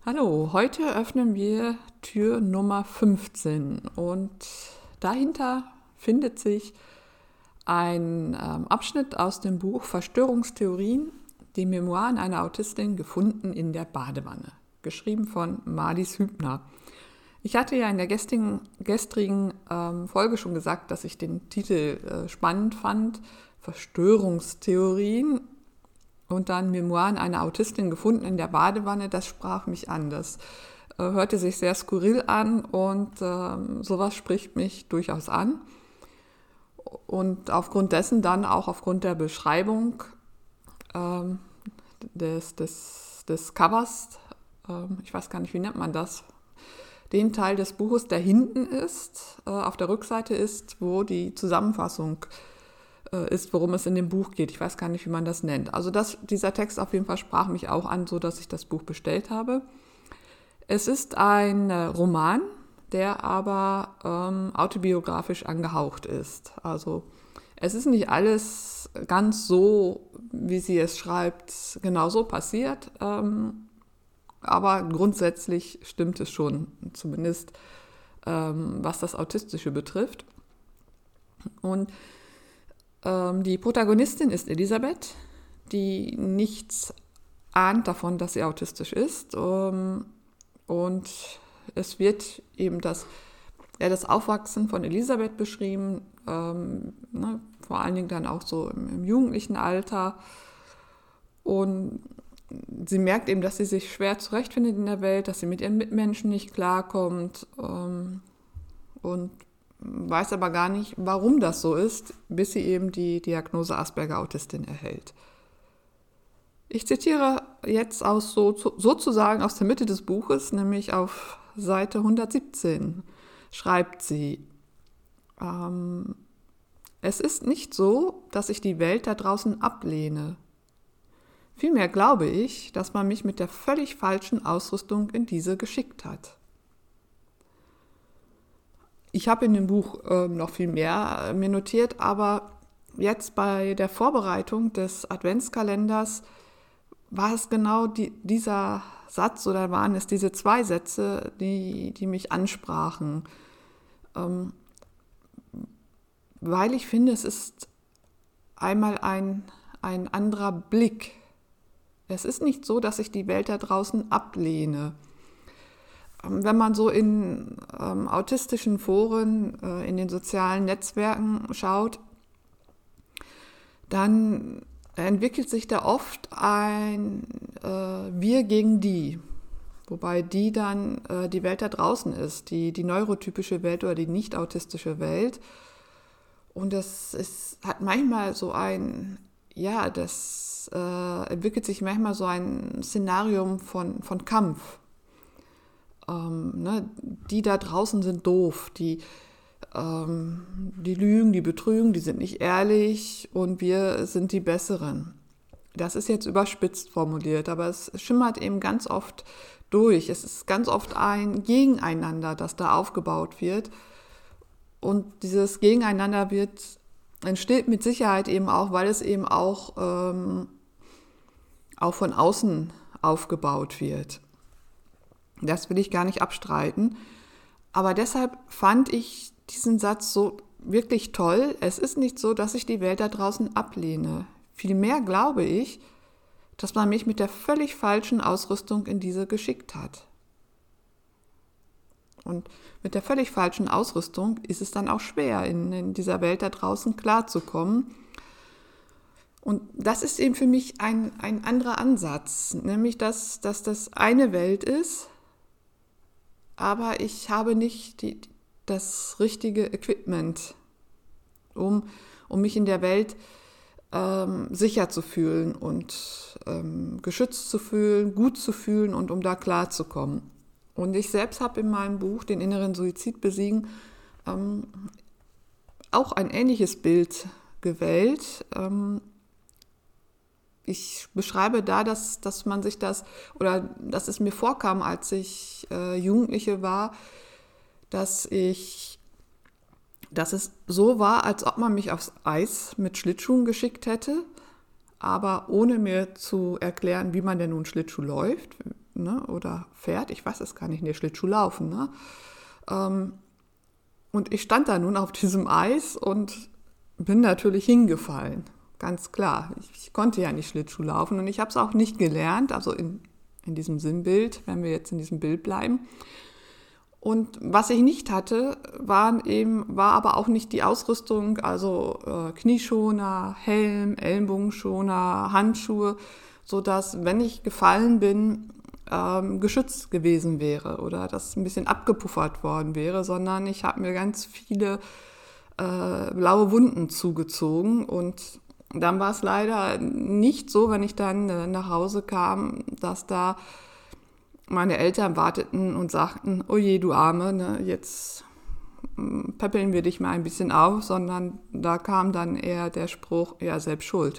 Hallo, heute öffnen wir Tür Nummer 15 und dahinter findet sich ein Abschnitt aus dem Buch Verstörungstheorien, die Memoiren einer Autistin gefunden in der Badewanne, geschrieben von Marlies Hübner. Ich hatte ja in der gestrigen Folge schon gesagt, dass ich den Titel spannend fand, Verstörungstheorien. Und dann Memoiren einer Autistin gefunden in der Badewanne, das sprach mich an. Das hörte sich sehr skurril an und sowas spricht mich durchaus an. Und aufgrund dessen dann auch aufgrund der Beschreibung des Covers, ich weiß gar nicht, wie nennt man das, den Teil des Buches, der hinten ist, auf der Rückseite ist, wo die Zusammenfassung ist, worum es in dem Buch geht. Ich weiß gar nicht, wie man das nennt. Also dieser Text auf jeden Fall sprach mich auch an, so dass ich das Buch bestellt habe. Es ist ein Roman, der aber autobiografisch angehaucht ist. Also es ist nicht alles ganz so, wie sie es schreibt, genau so passiert. Aber grundsätzlich stimmt es schon, zumindest was das Autistische betrifft. Und die Protagonistin ist Elisabeth, die nichts ahnt davon, dass sie autistisch ist. Und es wird eben das Aufwachsen von Elisabeth beschrieben, vor allen Dingen dann auch so im jugendlichen Alter. Und sie merkt eben, dass sie sich schwer zurechtfindet in der Welt, dass sie mit ihren Mitmenschen nicht klarkommt und weiß aber gar nicht, warum das so ist, bis sie eben die Diagnose Asperger-Autistin erhält. Ich zitiere jetzt sozusagen aus der Mitte des Buches, nämlich auf Seite 117, schreibt sie: Es ist nicht so, dass ich die Welt da draußen ablehne. Vielmehr glaube ich, dass man mich mit der völlig falschen Ausrüstung in diese geschickt hat. Ich habe in dem Buch noch viel mehr mir notiert, aber jetzt bei der Vorbereitung des Adventskalenders war es genau dieser Satz oder waren es diese zwei Sätze, die mich ansprachen. Weil ich finde, es ist einmal ein anderer Blick. Es ist nicht so, dass ich die Welt da draußen ablehne. Wenn man so in autistischen Foren, in den sozialen Netzwerken schaut, dann entwickelt sich da oft ein Wir gegen die, wobei die dann die Welt da draußen ist, die neurotypische Welt oder die nicht autistische Welt. Und hat manchmal so das entwickelt sich manchmal so ein Szenarium von Kampf. Die da draußen sind doof, die lügen, die betrügen, die sind nicht ehrlich und wir sind die Besseren. Das ist jetzt überspitzt formuliert, aber es schimmert eben ganz oft durch. Es ist ganz oft ein Gegeneinander, das da aufgebaut wird. Und dieses Gegeneinander entsteht mit Sicherheit eben auch, weil es eben auch von außen aufgebaut wird. Das will ich gar nicht abstreiten. Aber deshalb fand ich diesen Satz so wirklich toll. Es ist nicht so, dass ich die Welt da draußen ablehne. Vielmehr glaube ich, dass man mich mit der völlig falschen Ausrüstung in diese geschickt hat. Und mit der völlig falschen Ausrüstung ist es dann auch schwer, in dieser Welt da draußen klarzukommen. Und das ist eben für mich ein anderer Ansatz, nämlich dass das eine Welt ist, aber ich habe nicht das richtige Equipment, um mich in der Welt sicher zu fühlen und geschützt zu fühlen, gut zu fühlen und um da klarzukommen. Und ich selbst habe in meinem Buch Den inneren Suizid besiegen auch ein ähnliches Bild gewählt. Ich beschreibe da, dass man sich dass es mir vorkam, als ich Jugendliche war, dass es so war, als ob man mich aufs Eis mit Schlittschuhen geschickt hätte, aber ohne mir zu erklären, wie man denn nun Schlittschuh läuft, ne, oder fährt, ich weiß es gar nicht, Schlittschuh laufen. Ne? Und ich stand da nun auf diesem Eis und bin natürlich hingefallen, ganz klar. Ich konnte ja nicht Schlittschuh laufen und ich habe es auch nicht gelernt, also in diesem Sinnbild, wenn wir jetzt in diesem Bild bleiben. Und was ich nicht hatte, war aber auch nicht die Ausrüstung, also Knieschoner, Helm, Ellenbogenschoner, Handschuhe, sodass, wenn ich gefallen bin, geschützt gewesen wäre oder das ein bisschen abgepuffert worden wäre, sondern ich habe mir ganz viele blaue Wunden zugezogen und dann war es leider nicht so, wenn ich dann nach Hause kam, dass da meine Eltern warteten und sagten, oh je, du Arme, ne, jetzt peppeln wir dich mal ein bisschen auf, sondern da kam dann eher der Spruch, ja, selbst schuld.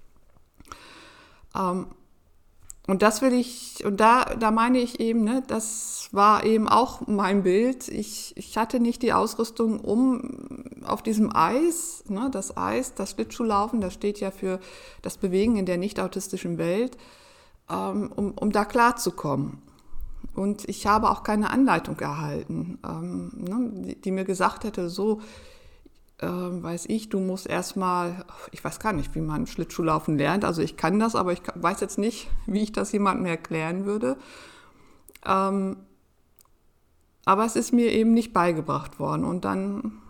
Und das will ich, und da meine ich eben, ne, das war eben auch mein Bild. Ich hatte nicht die Ausrüstung, um auf diesem Eis, ne, das Schlittschuhlaufen, das steht ja für das Bewegen in der nicht-autistischen Welt, um da klarzukommen. Und ich habe auch keine Anleitung erhalten, die mir gesagt hätte, so, weiß ich, du musst erstmal, ich weiß gar nicht, wie man Schlittschuhlaufen lernt, also ich kann das, aber ich weiß jetzt nicht, wie ich das jemandem erklären würde. Aber es ist mir eben nicht beigebracht worden und dann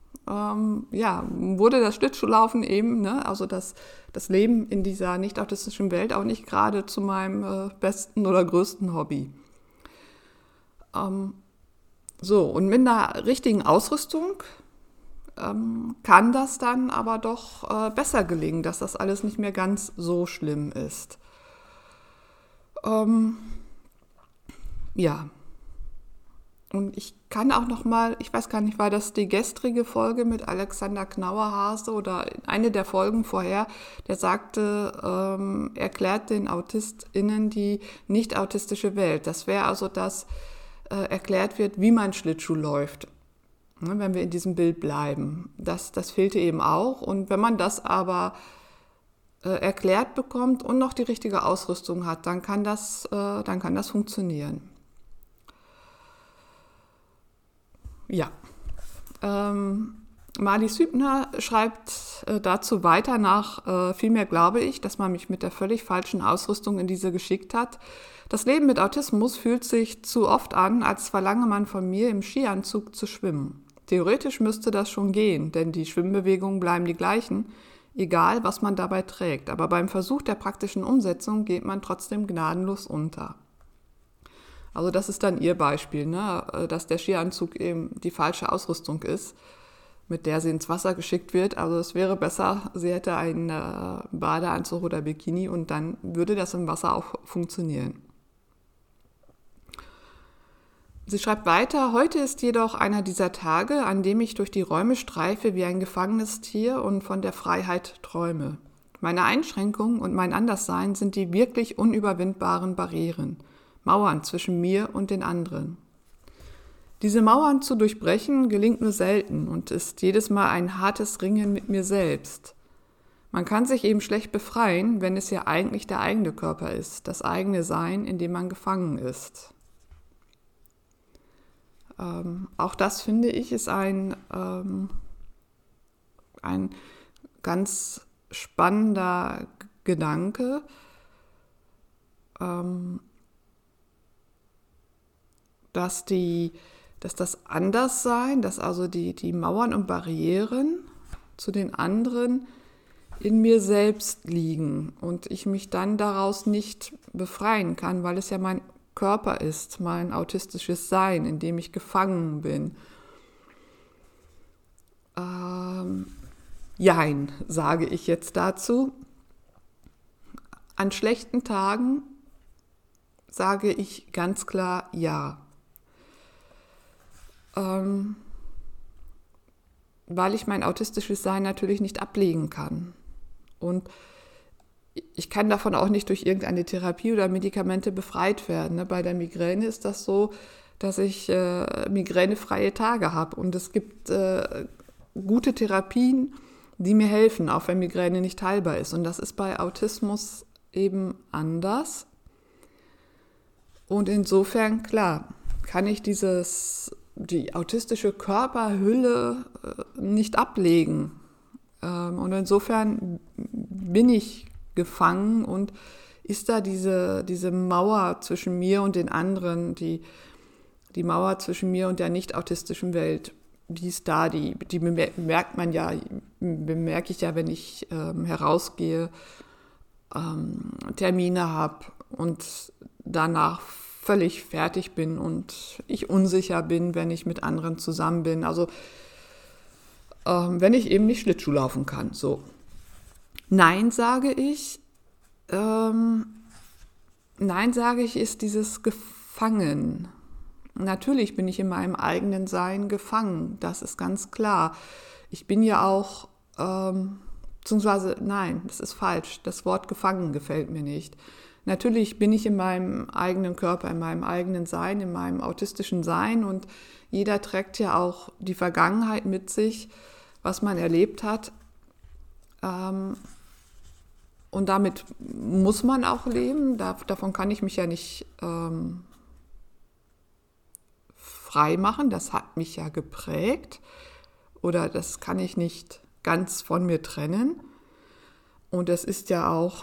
wurde das Schlittschuhlaufen eben, ne, also das Leben in dieser nicht-autistischen Welt auch nicht gerade zu meinem besten oder größten Hobby. Und mit einer richtigen Ausrüstung kann das dann aber doch besser gelingen, dass das alles nicht mehr ganz so schlimm ist. Und ich kann auch noch mal, ich weiß gar nicht, war das die gestrige Folge mit Alexander Knauerhase oder eine der Folgen vorher, der sagte, erklärt den AutistInnen die nicht-autistische Welt. Das wäre also, dass erklärt wird, wie man Schlittschuh läuft, ne, wenn wir in diesem Bild bleiben. Das fehlte eben auch. Und wenn man das aber erklärt bekommt und noch die richtige Ausrüstung hat, dann kann das funktionieren. Ja, Marlies Hübner schreibt dazu weiter nach, vielmehr glaube ich, dass man mich mit der völlig falschen Ausrüstung in diese geschickt hat. Das Leben mit Autismus fühlt sich zu oft an, als verlange man von mir, im Skianzug zu schwimmen. Theoretisch müsste das schon gehen, denn die Schwimmbewegungen bleiben die gleichen, egal was man dabei trägt. Aber beim Versuch der praktischen Umsetzung geht man trotzdem gnadenlos unter. Also das ist dann ihr Beispiel, ne? Dass der Skianzug eben die falsche Ausrüstung ist, mit der sie ins Wasser geschickt wird. Also es wäre besser, sie hätte einen Badeanzug oder Bikini und dann würde das im Wasser auch funktionieren. Sie schreibt weiter, heute ist jedoch einer dieser Tage, an dem ich durch die Räume streife wie ein gefangenes Tier und von der Freiheit träume. Meine Einschränkungen und mein Anderssein sind die wirklich unüberwindbaren Barrieren, Mauern zwischen mir und den anderen. Diese Mauern zu durchbrechen gelingt nur selten und ist jedes Mal ein hartes Ringen mit mir selbst. Man kann sich eben schlecht befreien, wenn es ja eigentlich der eigene Körper ist, das eigene Sein, in dem man gefangen ist. Auch das, finde ich, ist ein ganz spannender Gedanke, dass das Anderssein, dass also die Mauern und Barrieren zu den anderen in mir selbst liegen und ich mich dann daraus nicht befreien kann, weil es ja mein Körper ist, mein autistisches Sein, in dem ich gefangen bin. Jein, sage ich jetzt dazu. An schlechten Tagen sage ich ganz klar ja. Weil ich mein autistisches Sein natürlich nicht ablegen kann. Und ich kann davon auch nicht durch irgendeine Therapie oder Medikamente befreit werden. Bei der Migräne ist das so, dass ich migränefreie Tage habe. Und es gibt gute Therapien, die mir helfen, auch wenn Migräne nicht heilbar ist. Und das ist bei Autismus eben anders. Und insofern, klar, kann ich die autistische Körperhülle nicht ablegen. Und insofern bin ich gefangen und ist da diese Mauer zwischen mir und den anderen, die Mauer zwischen mir und der nicht autistischen Welt, die ist da, die bemerke ich ja, wenn ich herausgehe, Termine habe und danach völlig fertig bin und ich unsicher bin, wenn ich mit anderen zusammen bin. Also wenn ich eben nicht Schlittschuh laufen kann. So. Nein, sage ich. Nein, sage ich, ist dieses Gefangen. Natürlich bin ich in meinem eigenen Sein gefangen, das ist ganz klar. Ich bin ja auch, beziehungsweise, nein, das ist falsch, das Wort gefangen gefällt mir nicht. Natürlich bin ich in meinem eigenen Körper, in meinem eigenen Sein, in meinem autistischen Sein und jeder trägt ja auch die Vergangenheit mit sich, was man erlebt hat. Und damit muss man auch leben, davon kann ich mich ja nicht frei machen, das hat mich ja geprägt oder das kann ich nicht ganz von mir trennen. Und es ist ja auch,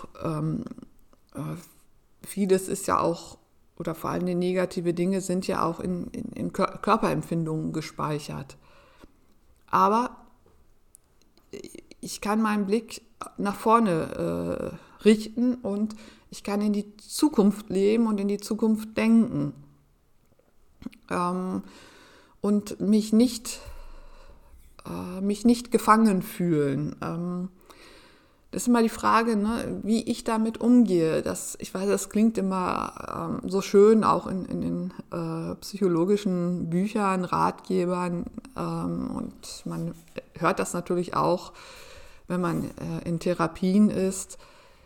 vieles ist ja auch, oder vor allem die negative Dinge sind ja auch in Körperempfindungen gespeichert. Aber ich kann meinen Blick nach vorne richten und ich kann in die Zukunft leben und in die Zukunft denken. Und mich nicht gefangen fühlen. Das ist immer die Frage, ne, wie ich damit umgehe. Ich weiß, das klingt immer so schön, auch in den psychologischen Büchern, Ratgebern. Und man hört das natürlich auch, wenn man in Therapien ist.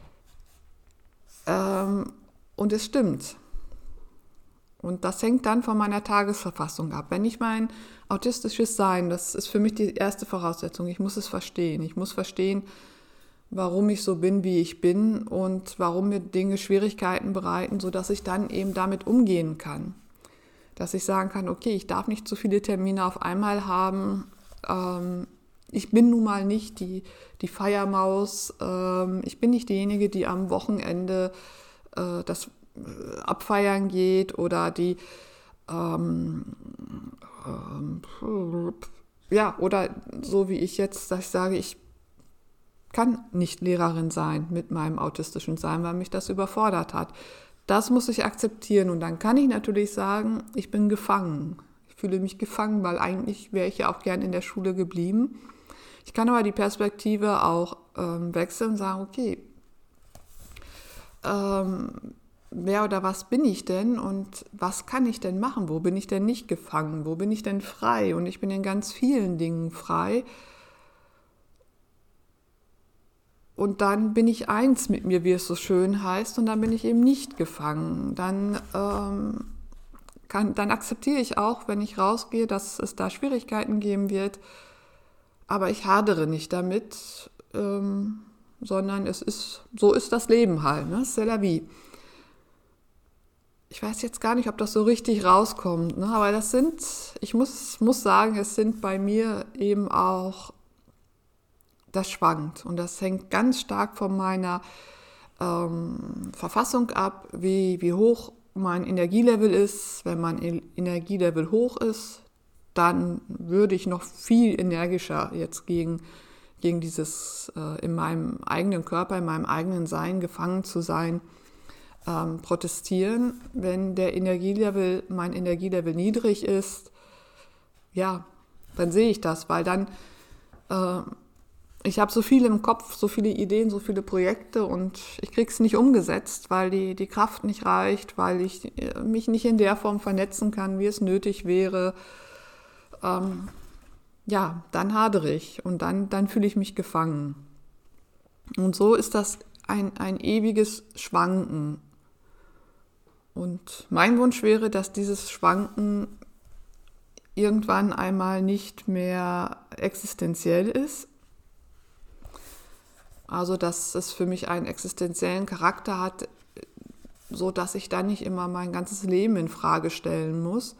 Und es stimmt. Und das hängt dann von meiner Tagesverfassung ab. Wenn ich mein autistisches Sein, das ist für mich die erste Voraussetzung, ich muss es verstehen. Ich muss verstehen, warum ich so bin, wie ich bin und warum mir Dinge Schwierigkeiten bereiten, sodass ich dann eben damit umgehen kann. Dass ich sagen kann, okay, ich darf nicht zu viele Termine auf einmal haben. Ich bin nun mal nicht die Feiermaus. Ich bin nicht diejenige, die am Wochenende das abfeiern geht oder die oder so wie ich jetzt, dass ich sage, ich kann nicht Lehrerin sein mit meinem autistischen Sein, weil mich das überfordert hat. Das muss ich akzeptieren und dann kann ich natürlich sagen, ich bin gefangen. Ich fühle mich gefangen, weil eigentlich wäre ich ja auch gern in der Schule geblieben. Ich kann aber die Perspektive auch wechseln und sagen, okay, wer oder was bin ich denn und was kann ich denn machen? Wo bin ich denn nicht gefangen? Wo bin ich denn frei? Und ich bin in ganz vielen Dingen frei. Und dann bin ich eins mit mir, wie es so schön heißt, und dann bin ich eben nicht gefangen. Dann akzeptiere ich auch, wenn ich rausgehe, dass es da Schwierigkeiten geben wird. Aber ich hadere nicht damit, sondern so ist das Leben halt, ne? C'est la vie. Ich weiß jetzt gar nicht, ob das so richtig rauskommt, ne? Aber ich muss sagen, es sind bei mir eben auch, das schwankt und das hängt ganz stark von meiner Verfassung ab, wie hoch mein Energielevel ist. Wenn mein Energielevel hoch ist, dann würde ich noch viel energischer jetzt gegen dieses in meinem eigenen Körper, in meinem eigenen Sein gefangen zu sein, protestieren. Wenn mein Energielevel niedrig ist, ja, dann sehe ich das, weil dann ich habe so viel im Kopf, so viele Ideen, so viele Projekte und ich kriege es nicht umgesetzt, weil die Kraft nicht reicht, weil ich mich nicht in der Form vernetzen kann, wie es nötig wäre. Dann hadere ich und dann fühle ich mich gefangen. Und so ist das ein ewiges Schwanken. Und mein Wunsch wäre, dass dieses Schwanken irgendwann einmal nicht mehr existenziell ist. Also, dass es für mich einen existenziellen Charakter hat, so dass ich dann nicht immer mein ganzes Leben in Frage stellen muss,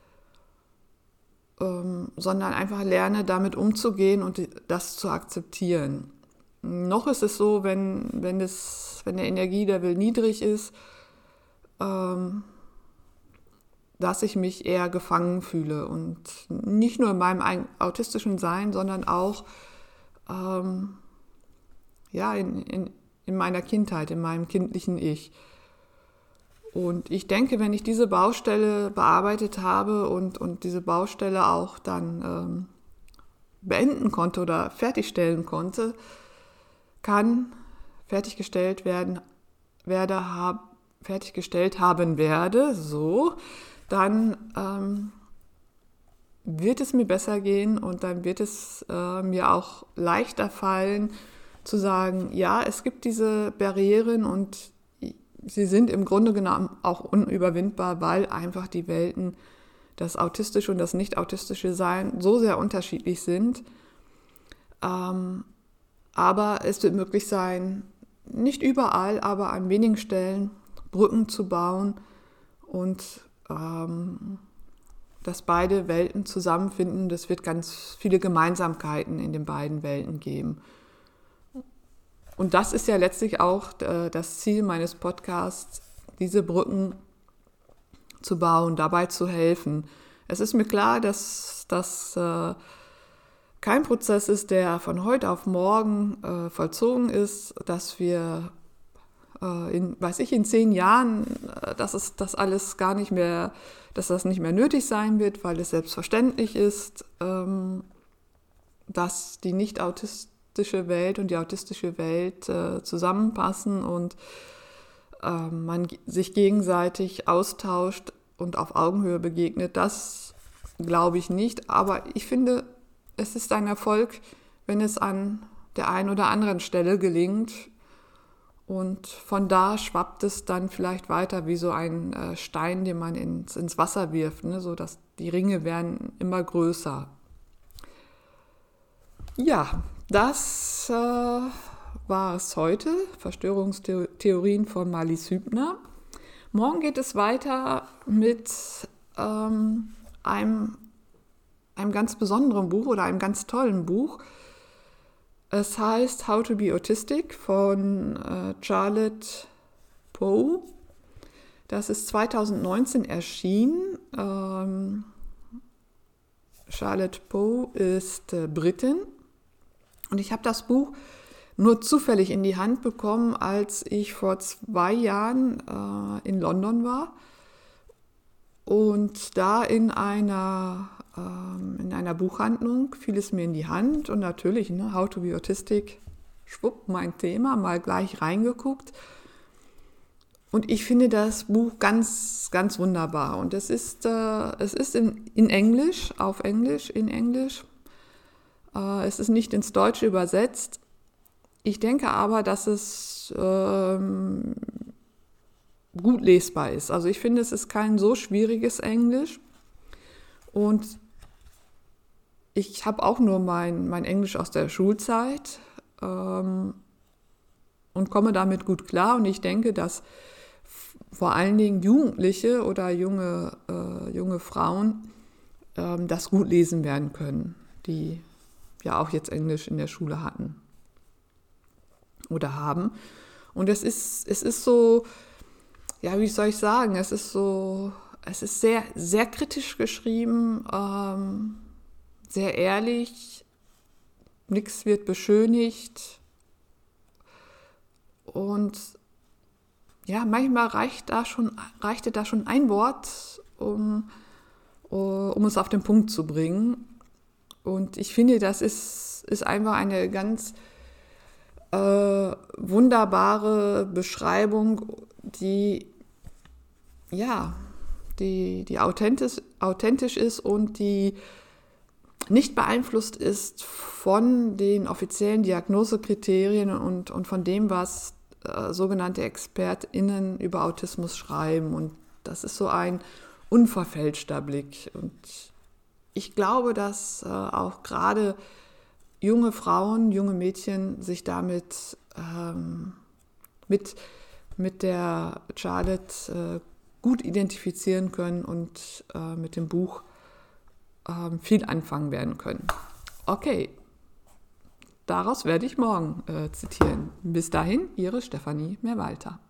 sondern einfach lerne, damit umzugehen und das zu akzeptieren. Noch ist es so, wenn der Energielevel niedrig ist, dass ich mich eher gefangen fühle und nicht nur in meinem autistischen Sein, sondern auch in meiner Kindheit, in meinem kindlichen Ich. Und ich denke, wenn ich diese Baustelle bearbeitet habe und diese Baustelle auch dann beenden konnte oder fertiggestellt haben werde, so, dann wird es mir besser gehen und dann wird es mir auch leichter fallen zu sagen, ja, es gibt diese Barrieren und sie sind im Grunde genommen auch unüberwindbar, weil einfach die Welten, das autistische und das nicht-autistische Sein, so sehr unterschiedlich sind. Aber es wird möglich sein, nicht überall, aber an wenigen Stellen Brücken zu bauen und dass beide Welten zusammenfinden. Es wird ganz viele Gemeinsamkeiten in den beiden Welten geben. Und das ist ja letztlich auch das Ziel meines Podcasts, diese Brücken zu bauen, dabei zu helfen. Es ist mir klar, dass das kein Prozess ist, der von heute auf morgen vollzogen ist, dass wir in 10 Jahren, dass das nicht mehr nötig sein wird, weil es selbstverständlich ist, dass die nicht-autistische Welt und die autistische Welt zusammenpassen und man sich gegenseitig austauscht und auf Augenhöhe begegnet. Das glaube ich nicht, aber ich finde, es ist ein Erfolg, wenn es an der einen oder anderen Stelle gelingt. Und von da schwappt es dann vielleicht weiter wie so ein Stein, den man ins Wasser wirft, ne? So dass die Ringe werden immer größer. Ja, das war es heute. Verschwörungstheorien von Marlies Hübner. Morgen geht es weiter mit einem ganz besonderen Buch oder einem ganz tollen Buch. Es heißt How to be Autistic von Charlotte Poe. Das ist 2019 erschienen. Charlotte Poe ist Britin. Und ich habe das Buch nur zufällig in die Hand bekommen, als ich vor 2 Jahren in London war und da in einer Buchhandlung fiel es mir in die Hand und natürlich, How to be Autistic, schwupp, mein Thema, mal gleich reingeguckt. Und ich finde das Buch ganz, ganz wunderbar. Und es ist in Englisch, auf Englisch, in Englisch. Es ist nicht ins Deutsche übersetzt. Ich denke aber, dass es gut lesbar ist. Also ich finde, es ist kein so schwieriges Englisch. Und ich habe auch nur mein Englisch aus der Schulzeit und komme damit gut klar. Und ich denke, dass vor allen Dingen Jugendliche oder junge Frauen das gut lesen werden können, die ja auch jetzt Englisch in der Schule hatten oder haben. Und es ist so, ja, wie soll ich sagen, es ist sehr, sehr kritisch geschrieben, sehr ehrlich, nichts wird beschönigt und ja, manchmal reichte da schon ein Wort, um es auf den Punkt zu bringen. Und ich finde, das ist einfach eine ganz wunderbare Beschreibung, die authentisch ist und die nicht beeinflusst ist von den offiziellen Diagnosekriterien und von dem, was sogenannte ExpertInnen über Autismus schreiben. Und das ist so ein unverfälschter Blick. Und ich glaube, dass auch gerade junge Frauen, junge Mädchen sich damit mit mit der Charlotte gut identifizieren können und mit dem Buch viel anfangen werden können. Okay, daraus werde ich morgen zitieren. Bis dahin, Ihre Stefanie Mehrwalter.